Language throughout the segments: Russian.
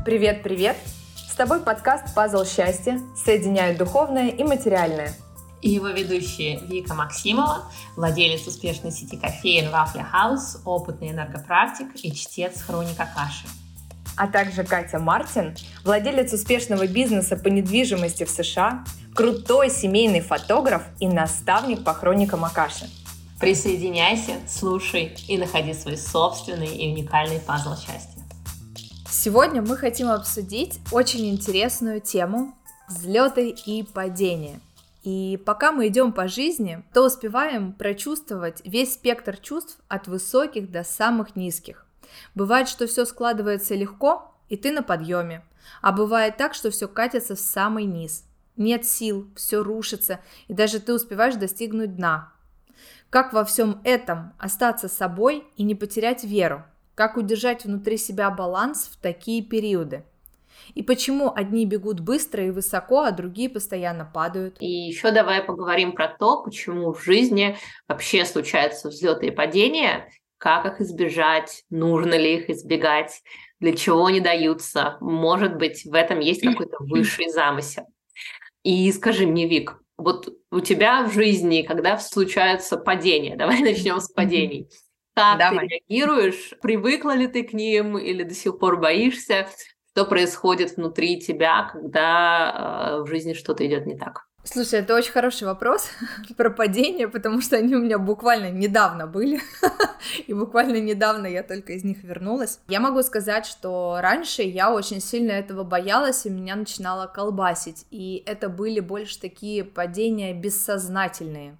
Привет-привет! С тобой подкаст «Пазл счастья» соединяет духовное и материальное. И его ведущие Вика Максимова, владелец успешной сети кофеен Waffle House, опытный энергопрактик и чтец хроник Акаши. А также Катя Мартин, владелец успешного бизнеса по недвижимости в США, крутой семейный фотограф и наставник по хроникам Акаши. Присоединяйся, слушай и находи свой собственный и уникальный пазл счастья. Сегодня мы хотим обсудить очень интересную тему – взлеты и падения. И пока мы идем по жизни, то успеваем прочувствовать весь спектр чувств от высоких до самых низких. Бывает, что все складывается легко, и ты на подъеме, а бывает так, что все катится в самый низ. Нет сил, все рушится, и даже ты успеваешь достигнуть дна. Как во всем этом остаться собой и не потерять веру? Как удержать внутри себя баланс в такие периоды? И почему одни бегут быстро и высоко, а другие постоянно падают? И еще давай поговорим про то, почему в жизни вообще случаются взлеты и падения, как их избежать, нужно ли их избегать, для чего они даются. Может быть, в этом есть какой-то высший замысел. И скажи мне, Вик, вот у тебя в жизни, когда случаются падения, давай начнем с падений. Как ты реагируешь? Привыкла ли ты к ним или до сих пор боишься? Что происходит внутри тебя, когда в жизни что-то идет не так? Слушай, это очень хороший вопрос про падения, потому что они у меня буквально недавно были, и буквально недавно я только из них вернулась. Я могу сказать, что раньше я очень сильно этого боялась, и меня начинало колбасить, и это были больше такие падения бессознательные,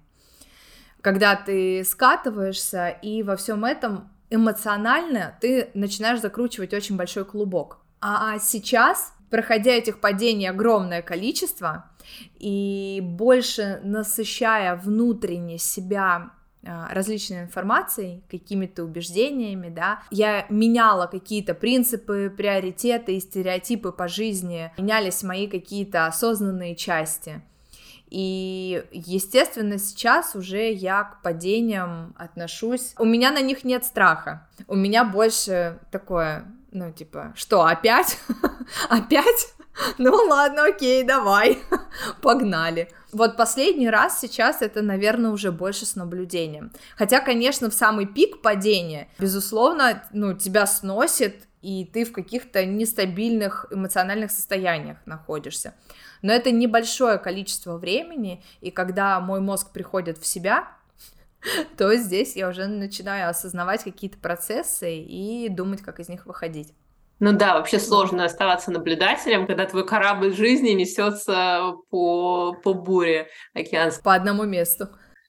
когда ты скатываешься, и во всем этом эмоционально ты начинаешь закручивать очень большой клубок. А сейчас, проходя этих падений огромное количество, и больше насыщая внутренне себя различной информацией, какими-то убеждениями, да, я меняла какие-то принципы, приоритеты и стереотипы по жизни, менялись мои какие-то осознанные части. И, естественно, сейчас уже я к падениям отношусь. У меня на них нет страха. У меня больше такое, что, опять? Опять? Ну ладно, окей, давай, погнали. Вот последний раз сейчас это, наверное, уже больше с наблюдением. Хотя, конечно, в самый пик падения, безусловно, тебя сносит, и ты в каких-то нестабильных эмоциональных состояниях находишься. Но это небольшое количество времени, и когда мой мозг приходит в себя, то здесь я уже начинаю осознавать какие-то процессы и думать, как из них выходить. Ну да, вообще сложно оставаться наблюдателем, когда твой корабль жизни несется по буре океанской. По одному месту.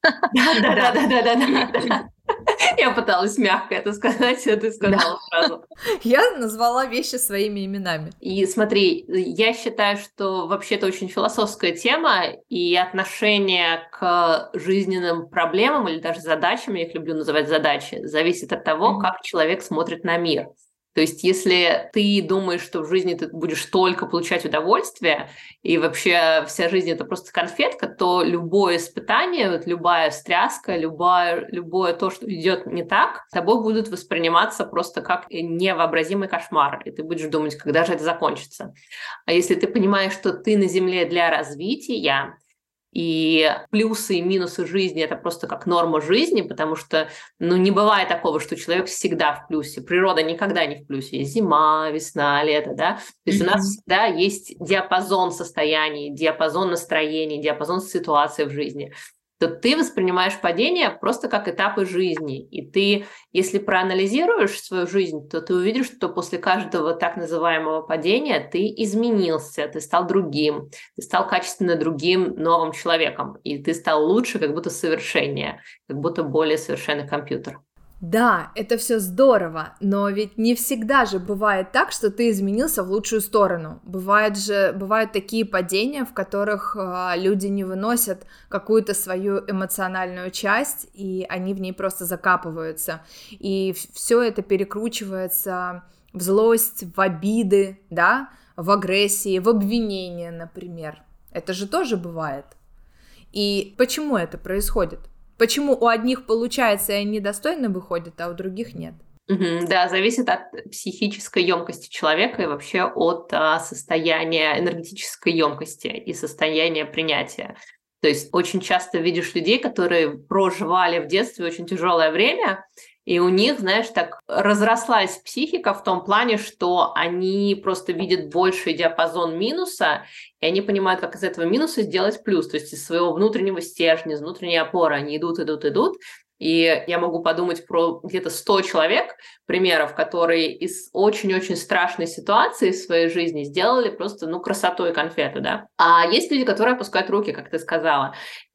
Да. Я пыталась мягко это сказать, а ты сказала сразу. Я назвала вещи своими именами. И смотри, я считаю, что вообще это очень философская тема, и отношение к жизненным проблемам или даже задачам, я их люблю называть задачи, зависит от того, как человек смотрит на мир. То есть если ты думаешь, что в жизни ты будешь только получать удовольствие, и вообще вся жизнь — это просто конфетка, то любое испытание, любая встряска, любое то, что идет не так, тобой будут восприниматься просто как невообразимый кошмар, и ты будешь думать, когда же это закончится. А если ты понимаешь, что ты на Земле для развития, и плюсы и минусы жизни — это просто как норма жизни, потому что, не бывает такого, что человек всегда в плюсе. Природа никогда не в плюсе. Есть зима, весна, лето, да? То есть у нас всегда есть диапазон состояний, диапазон настроений, диапазон ситуаций в жизни. То ты воспринимаешь падение просто как этапы жизни. И ты, если проанализируешь свою жизнь, то ты увидишь, что после каждого так называемого падения ты изменился, ты стал другим, ты стал качественно другим новым человеком. И ты стал лучше, как будто совершеннее, как будто более совершенный компьютер. Да, это все здорово, но ведь не всегда же бывает так, что ты изменился в лучшую сторону. Бывают такие падения, в которых люди не выносят какую-то свою эмоциональную часть, и они в ней просто закапываются. И все это перекручивается в злость, в обиды, да, в агрессии, в обвинения, например. Это же тоже бывает. И почему это происходит? Почему у одних получается и они достойно выходят, а у других нет? Да, зависит от психической емкости человека и вообще от состояния энергетической емкости и состояния принятия. То есть очень часто видишь людей, которые проживали в детстве очень тяжелое время, и у них, знаешь, так разрослась психика в том плане, что они просто видят больший диапазон минуса, и они понимают, как из этого минуса сделать плюс. То есть из своего внутреннего стержня, из внутренней опоры они идут. И я могу подумать про где-то 100 человек, примеров, которые из очень-очень страшной ситуации в своей жизни сделали просто, красоту и конфету, да. А есть люди, которые опускают руки, как ты сказала.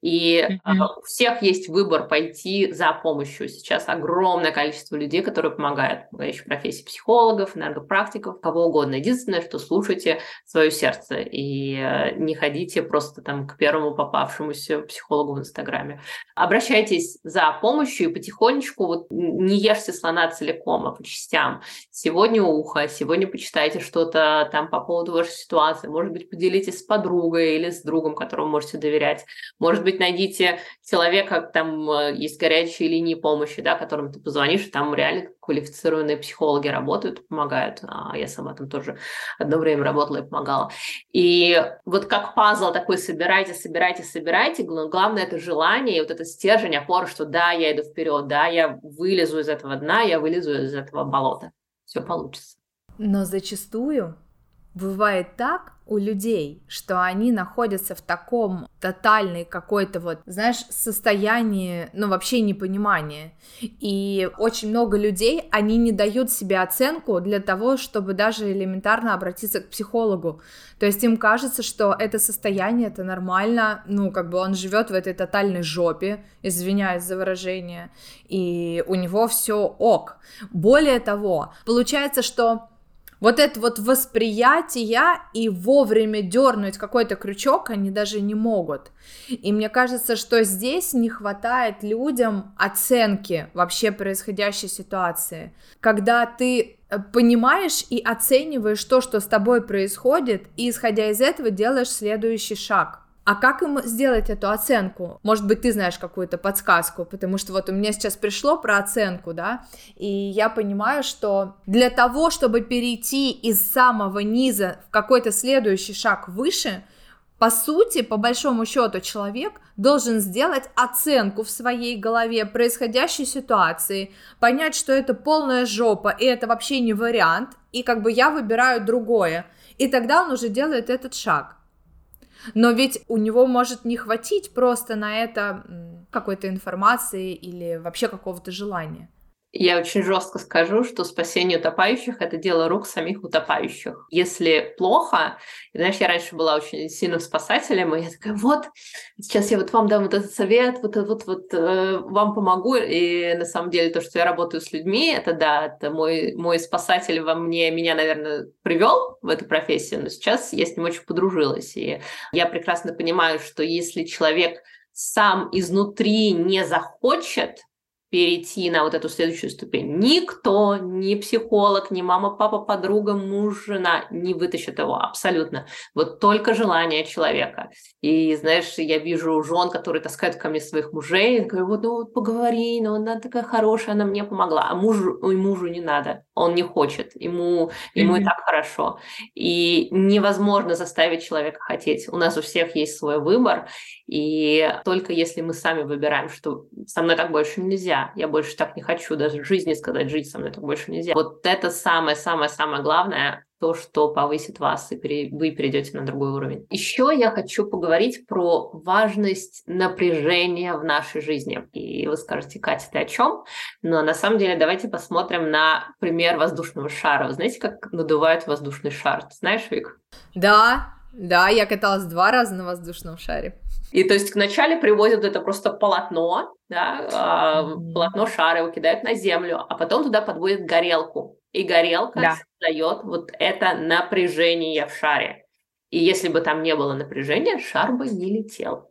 И у всех есть выбор пойти за помощью. Сейчас огромное количество людей, которые помогают. Помогающих профессий психологов, энергопрактиков, кого угодно. Единственное, что слушайте свое сердце и не ходите просто там к первому попавшемуся психологу в Инстаграме. Обращайтесь за помощью и потихонечку не ешьте слона целиком, а по частям. Сегодня ухо, сегодня почитайте что-то там по поводу вашей ситуации. Может быть, поделитесь с подругой или с другом, которому можете доверять. Может быть, найдите человека, там есть горячие линии помощи, да, которым ты позвонишь, и там реально квалифицированные психологи работают, помогают. Я сама там тоже одно время работала и помогала. И вот как пазл такой собирайте. Главное — это желание и вот это стержень, опора, что да, я иду вперед, да, я вылезу из этого дна, я вылезу из этого болота. Все получится. Но зачастую бывает так у людей, что они находятся в таком тотальной какой-то состоянии, вообще непонимания. И очень много людей, они не дают себе оценку для того, чтобы даже элементарно обратиться к психологу. То есть им кажется, что это состояние, это нормально, он живет в этой тотальной жопе, извиняюсь за выражение, и у него все ок. Более того, получается, что вот это восприятие и вовремя дернуть какой-то крючок они даже не могут. И мне кажется, что здесь не хватает людям оценки вообще происходящей ситуации. Когда ты понимаешь и оцениваешь то, что с тобой происходит, и, исходя из этого, делаешь следующий шаг. А как им сделать эту оценку? Может быть, ты знаешь какую-то подсказку, потому что у меня сейчас пришло про оценку, да, и я понимаю, что для того, чтобы перейти из самого низа в какой-то следующий шаг выше, по сути, по большому счету, человек должен сделать оценку в своей голове происходящей ситуации, понять, что это полная жопа, и это вообще не вариант, и я выбираю другое, и тогда он уже делает этот шаг. Но ведь у него может не хватить просто на это какой-то информации или вообще какого-то желания. Я очень жестко скажу, что спасение утопающих — это дело рук самих утопающих. Если плохо, знаешь, я раньше была очень сильным спасателем, и я такая, сейчас я вам дам этот совет, вам помогу. И на самом деле то, что я работаю с людьми, это мой спасатель меня, наверное, привел в эту профессию, но сейчас я с ним очень подружилась. И я прекрасно понимаю, что если человек сам изнутри не захочет перейти на эту следующую ступень, никто, ни психолог, ни мама, папа, подруга, муж, жена не вытащит его абсолютно. Только желание человека. И, знаешь, я вижу жен, которые таскают ко мне своих мужей, и говорю, поговори, она такая хорошая, она мне помогла. А мужу не надо, он не хочет, ему и так хорошо. И невозможно заставить человека хотеть. У нас у всех есть свой выбор, и только если мы сами выбираем, что со мной так больше нельзя, я больше так не хочу, даже в жизни сказать, жить со мной так больше нельзя. Это самое-самое-самое главное, то, что повысит вас, и вы перейдете на другой уровень. Еще я хочу поговорить про важность напряжения в нашей жизни. И вы скажете, Катя, ты о чем? Но на самом деле давайте посмотрим на пример воздушного шара. Вы знаете, как надувают воздушный шар? Ты знаешь, Вик? Да, я каталась 2 раза на воздушном шаре. И то есть вначале привозят это просто полотно, да, полотно шара, его кидают на землю, а потом туда подводят горелку. И горелка создает это напряжение в шаре. И если бы там не было напряжения, шар бы не летел.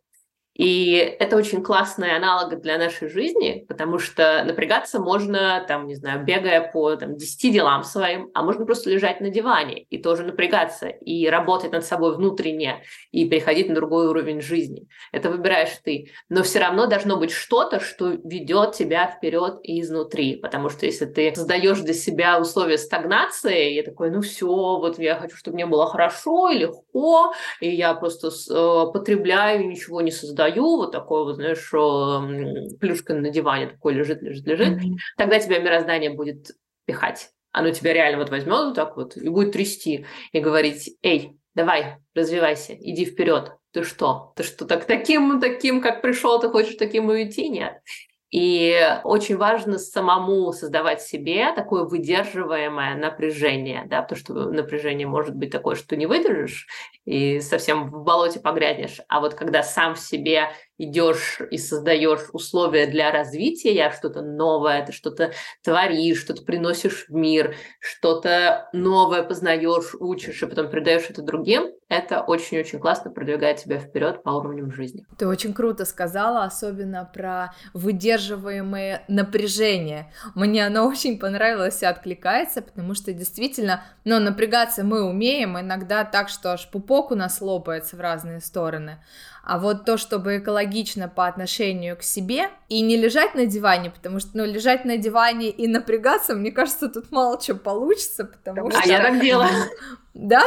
И это очень классный аналог для нашей жизни, потому что напрягаться можно, там, не знаю, бегая по 10 делам своим, а можно просто лежать на диване и тоже напрягаться, и работать над собой внутренне, и переходить на другой уровень жизни. Это выбираешь ты. Но все равно должно быть что-то, что ведет тебя вперед и изнутри, потому что если ты создаешь для себя условия стагнации, я такой, ну все, вот я хочу, чтобы мне было хорошо и легко, и я просто потребляю, ничего не создаю, вот такой вот, знаешь, плюшка на диване такой лежит, тогда тебя мироздание будет пихать. Оно тебя реально вот возьмет вот так вот и будет трясти и говорить: эй, давай, развивайся, иди вперед. Ты что? Таким, как пришел, ты хочешь таким и уйти? Нет. И очень важно самому создавать себе такое выдерживаемое напряжение, да, потому что напряжение может быть такое, что не выдержишь и совсем в болоте погрязнешь, а вот когда сам в себе идешь и создаешь условия для развития, что-то новое, ты что-то творишь, что-то приносишь в мир, что-то новое познаешь, учишь, и потом передаешь это другим, это очень-очень классно продвигает тебя вперед по уровням жизни. Ты очень круто сказала, особенно про выдерживаемое напряжение. Мне оно очень понравилось и откликается, потому что действительно, напрягаться мы умеем, иногда так, что аж пупок у нас лопается в разные стороны. А вот то, чтобы экологично по отношению к себе и не лежать на диване, потому что, лежать на диване и напрягаться, мне кажется, тут мало чего получится, потому что... А я так делаю. Да?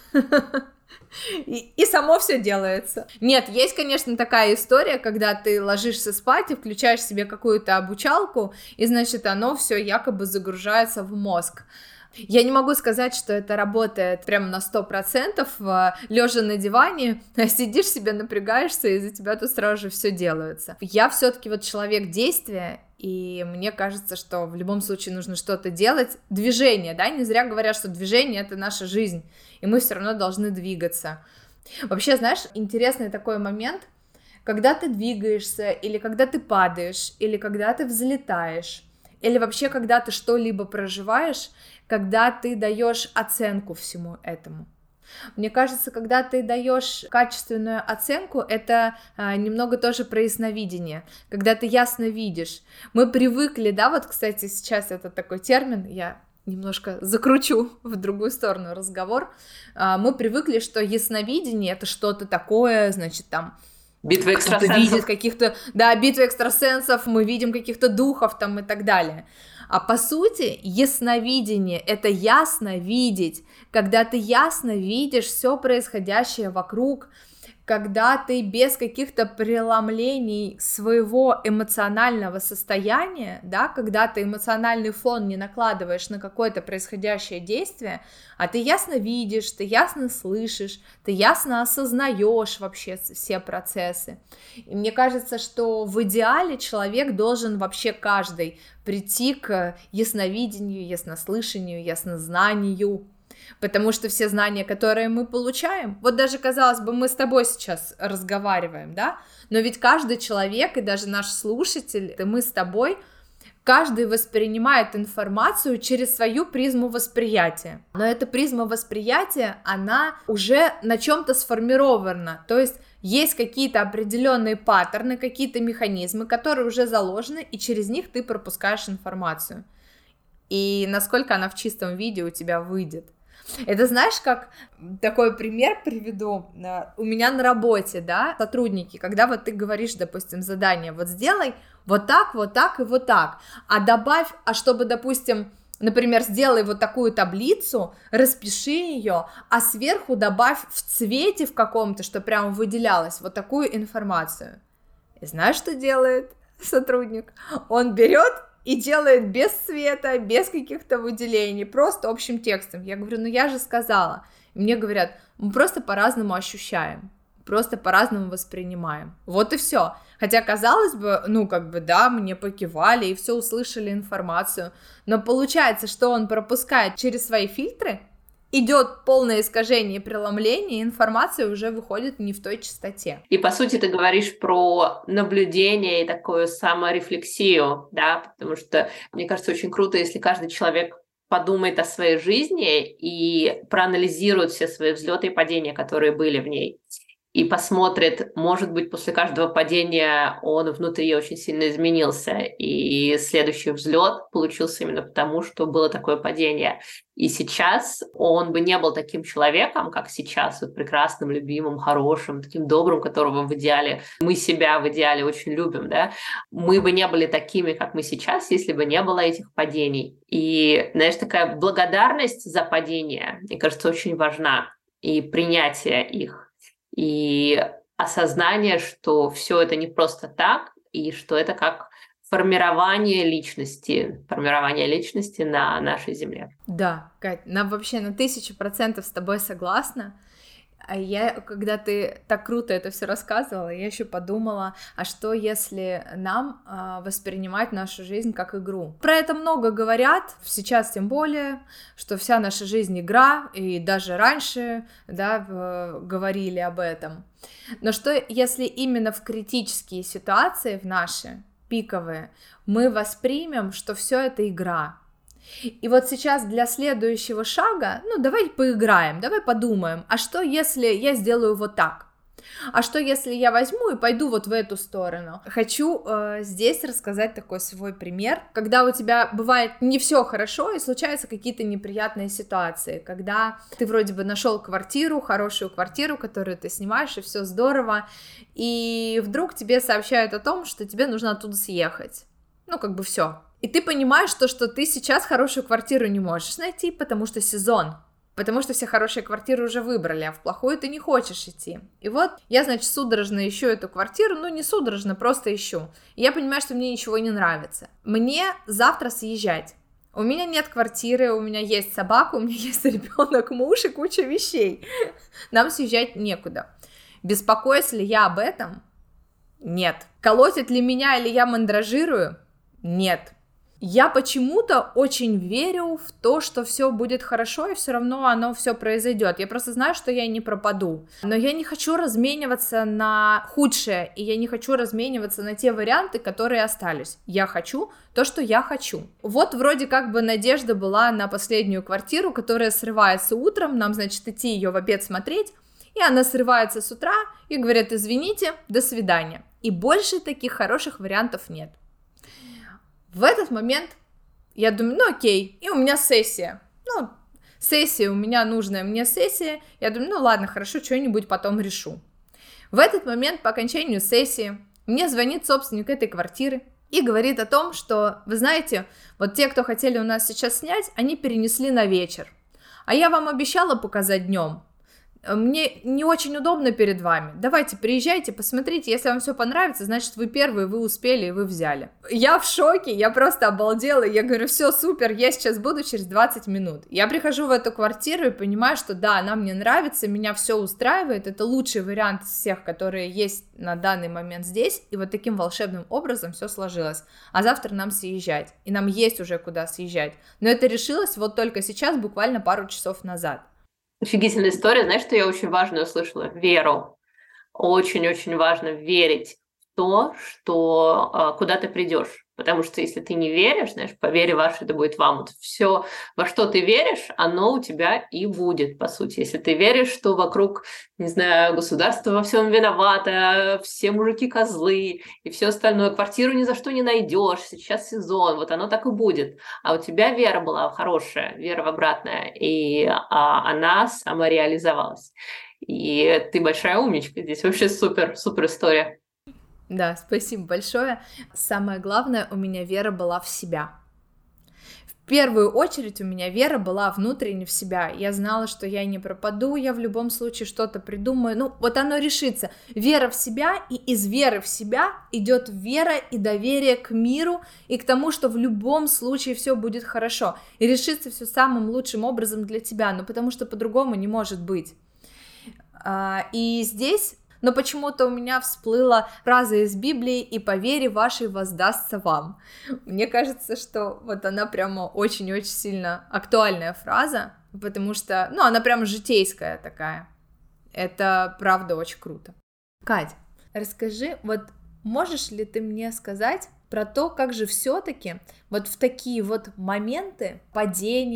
И само все делается. Нет, есть, конечно, такая история, когда ты ложишься спать и включаешь себе какую-то обучалку, и, значит, оно все якобы загружается в мозг. Я не могу сказать, что это работает прямо на 100%, лежа на диване, сидишь себе, напрягаешься, и за тебя тут сразу же все делается. Я все-таки вот человек действия, и мне кажется, что в любом случае нужно что-то делать. Движение, да, не зря говорят, что движение — это наша жизнь, и мы все равно должны двигаться. Вообще, знаешь, интересный такой момент, когда ты двигаешься, или когда ты падаешь, или когда ты взлетаешь, или вообще когда ты что-либо проживаешь, когда ты даешь оценку всему этому. Мне кажется, когда ты даешь качественную оценку, это немного тоже про ясновидение, когда ты ясно видишь. Мы привыкли, да, вот, кстати, сейчас это такой термин, я немножко закручу в другую сторону разговор, мы привыкли, что ясновидение — это что-то такое, значит, там, битва экстрасенсов. Видит каких-то, да, битва экстрасенсов, мы видим каких-то духов там и так далее. А по сути, ясновидение — это ясно видеть, когда ты ясно видишь все происходящее вокруг, когда ты без каких-то преломлений своего эмоционального состояния, да, когда ты эмоциональный фон не накладываешь на какое-то происходящее действие, а ты ясно видишь, ты ясно слышишь, ты ясно осознаешь вообще все процессы. И мне кажется, что в идеале человек должен вообще каждый прийти к ясновидению, яснослышанию, яснознанию, потому что все знания, которые мы получаем, вот даже, казалось бы, мы с тобой сейчас разговариваем, да, но ведь каждый человек, и даже наш слушатель, и мы с тобой, каждый воспринимает информацию через свою призму восприятия, но эта призма восприятия, она уже на чем-то сформирована, то есть есть какие-то определенные паттерны, какие-то механизмы, которые уже заложены, и через них ты пропускаешь информацию, и насколько она в чистом виде у тебя выйдет. Это, знаешь, как такой пример приведу, у меня на работе, да, сотрудники, когда вот ты говоришь, допустим, задание, вот сделай вот так и вот так, а добавь, а чтобы, допустим, например, сделай вот такую таблицу, распиши ее, а сверху добавь в цвете в каком-то, что прям выделялось, вот такую информацию. И знаешь, что делает сотрудник? Он берет и делает без цвета, без каких-то выделений, просто общим текстом. Я говорю, я же сказала. И мне говорят, мы просто по-разному ощущаем, просто по-разному воспринимаем. Вот и все. Хотя, казалось бы, да, мне покивали и все услышали информацию, но получается, что он пропускает через свои фильтры, идет полное искажение и преломление, и информация уже выходит не в той частоте. И, по сути, ты говоришь про наблюдение и такую саморефлексию, да, потому что, мне кажется, очень круто, если каждый человек подумает о своей жизни и проанализирует все свои взлеты и падения, которые были в ней. и посмотрит, может быть, после каждого падения он внутри очень сильно изменился, и следующий взлет получился именно потому, что было такое падение. И сейчас он бы не был таким человеком, как сейчас, вот прекрасным, любимым, хорошим, таким добрым, которого в идеале, мы себя в идеале очень любим, да, мы бы не были такими, как мы сейчас, если бы не было этих падений. И, знаешь, такая благодарность за падения, мне кажется, очень важна, и принятие их. И осознание, что все это не просто так, и что это как формирование личности на нашей земле. Да, Кать, вообще на 1000% с тобой согласна. А когда ты так круто это все рассказывала, я еще подумала, а что если нам воспринимать нашу жизнь как игру? Про это много говорят, сейчас тем более, что вся наша жизнь игра, и даже раньше, да, говорили об этом. Но что если именно в критические ситуации, в наши пиковые, мы воспримем, что все это игра? И вот сейчас для следующего шага, давай поиграем, давай подумаем, а что если я сделаю вот так? А что если я возьму и пойду вот в эту сторону? Хочу здесь рассказать такой свой пример, когда у тебя бывает не все хорошо и случаются какие-то неприятные ситуации, когда ты вроде бы нашел квартиру, хорошую квартиру, которую ты снимаешь, и все здорово, и вдруг тебе сообщают о том, что тебе нужно оттуда съехать. Все. И ты понимаешь, что ты сейчас хорошую квартиру не можешь найти, потому что сезон, потому что все хорошие квартиры уже выбрали, а в плохую ты не хочешь идти. И вот я, значит, судорожно ищу эту квартиру, не судорожно, просто ищу. И я понимаю, что мне ничего не нравится. Мне завтра съезжать. У меня нет квартиры, у меня есть собака, у меня есть ребенок, муж и куча вещей. Нам съезжать некуда. Беспокоюсь ли я об этом? Нет. Колотит ли меня или я мандражирую? Нет. Я почему-то очень верю в то, что все будет хорошо, и все равно оно все произойдет. Я просто знаю, что я не пропаду. Но я не хочу размениваться на худшее, и я не хочу размениваться на те варианты, которые остались. Я хочу то, что я хочу. Вот вроде как бы надежда была на последнюю квартиру, которая срывается утром, нам, значит, идти ее в обед смотреть, и она срывается с утра, и говорят: извините, до свидания. И больше таких хороших вариантов нет. В этот момент я думаю, окей, и у меня сессия. Сессия, у меня нужная мне сессия. Я думаю, ладно, хорошо, что-нибудь потом решу. В этот момент, по окончанию сессии, мне звонит собственник этой квартиры и говорит о том, что, вы знаете, вот те, кто хотели у нас сейчас снять, они перенесли на вечер. А я вам обещала показать днем. Мне не очень удобно перед вами. Давайте, приезжайте, посмотрите. Если вам все понравится, значит, вы первые, вы успели и вы взяли. Я в шоке, я просто обалдела. Я говорю, все, супер, я сейчас буду через 20 минут. Я прихожу в эту квартиру и понимаю, что да, она мне нравится, меня все устраивает. Это лучший вариант из всех, которые есть на данный момент здесь. И вот таким волшебным образом все сложилось. А завтра нам съезжать. И нам есть уже куда съезжать. Но это решилось вот только сейчас, буквально пару часов назад. Офигительная история. Знаешь, что я очень важную услышала? Веру. Очень-очень важно верить в то, что куда ты придешь. Потому что если ты не веришь, знаешь, по вере вашей, это будет вам. Вот все, во что ты веришь, оно у тебя и будет, по сути. Если ты веришь, что вокруг, не знаю, государство во всем виновато, все мужики козлы и все остальное, квартиру ни за что не найдешь, сейчас сезон, вот оно так и будет. А у тебя вера была хорошая, вера в обратное, и она самореализовалась. И ты большая умничка здесь. Вообще супер, супер история. Да, спасибо большое. Самое главное, у меня вера была в себя. В первую очередь у меня вера была внутренне в себя. Я знала, что я не пропаду, я в любом случае что-то придумаю. Вот оно решится. Вера в себя, и из веры в себя идет вера и доверие к миру и к тому, что в любом случае все будет хорошо. И решится все самым лучшим образом для тебя, потому что по-другому не может быть. И здесь... Но почему-то у меня всплыла фраза из Библии «И по вере вашей воздастся вам». Мне кажется, что вот она прямо очень-очень сильно актуальная фраза, потому что, она прямо житейская такая. Это правда очень круто. Кать, расскажи, вот можешь ли ты мне сказать про то, как же все-таки вот в такие вот моменты падений,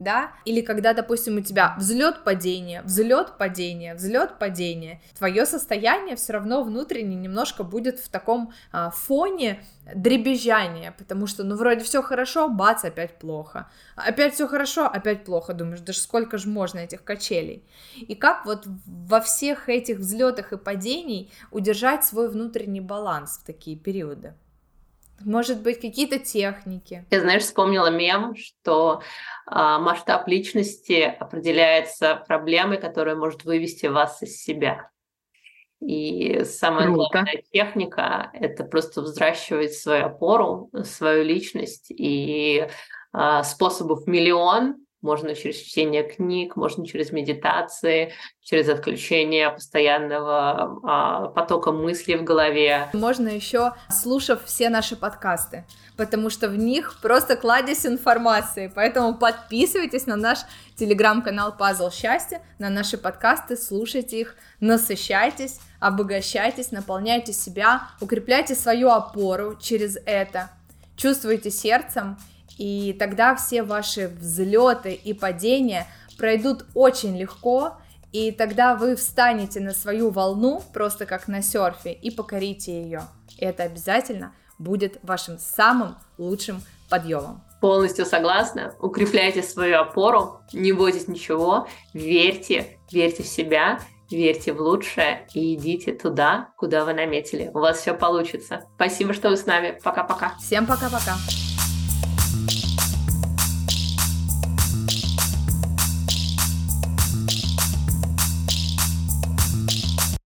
да, или когда, допустим, у тебя взлет-падение, взлет-падение, взлет-падение, твое состояние все равно внутренне немножко будет в таком фоне дребезжания, потому что, ну, вроде все хорошо, бац, опять плохо, опять все хорошо, опять плохо, думаешь, да сколько же можно этих качелей, и как вот во всех этих взлетах и падений удержать свой внутренний баланс в такие периоды? Может быть, какие-то техники? Я, знаешь, вспомнила мем, что масштаб личности определяется проблемой, которая может вывести вас из себя. И самая главная техника — это просто взращивать свою опору, свою личность. И способов миллион. Можно через чтение книг, можно через медитации, через отключение постоянного потока мыслей в голове. Можно еще, слушав все наши подкасты, потому что в них просто кладезь информации. Поэтому подписывайтесь на наш телеграм-канал Puzzle Счастья, на наши подкасты, слушайте их, насыщайтесь, обогащайтесь, наполняйте себя, укрепляйте свою опору через это, чувствуйте сердцем. И тогда все ваши взлеты и падения пройдут очень легко, и тогда вы встанете на свою волну, просто как на серфе, и покорите ее. И это обязательно будет вашим самым лучшим подъемом. Полностью согласна. Укрепляйте свою опору, не бойтесь ничего, верьте в себя, верьте в лучшее и идите туда, куда вы наметили. У вас все получится. Спасибо, что вы с нами. Пока-пока. Всем пока-пока.